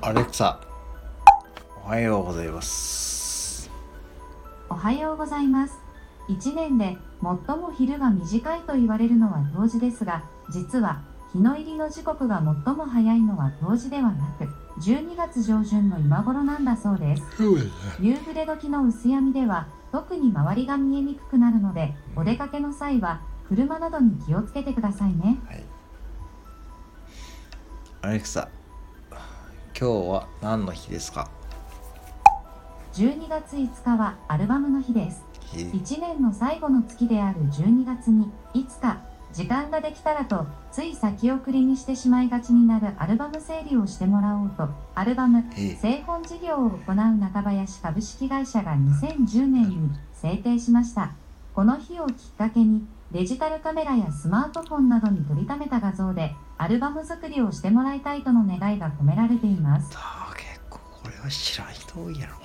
アレクサ、おはようございます。 おはようございます。1年で最も昼が短いと言われるのは冬至ですが、実は日の入りの時刻が最も早いのは冬至ではなく、12月上旬の今頃なんだそうです。夕暮れ時の薄闇では特に周りが見えにくくなるので、お出かけの際は車などに気をつけてくださいね。 はい、アレクサ、今日は何の日ですか ？12月5日はアルバムの日です。1年の最後の月である12月にいつか時間ができたらとつい先送りにしてしまいがちになるアルバム整理をしてもらおうと、アルバム製本事業を行う中林株式会社が2010年に制定しました。この日をきっかけにデジタルカメラやスマートフォンなどに撮りためた画像でアルバム作りをしてもらいたいとの願いが込められています。 結構これは知らん人多いやろ。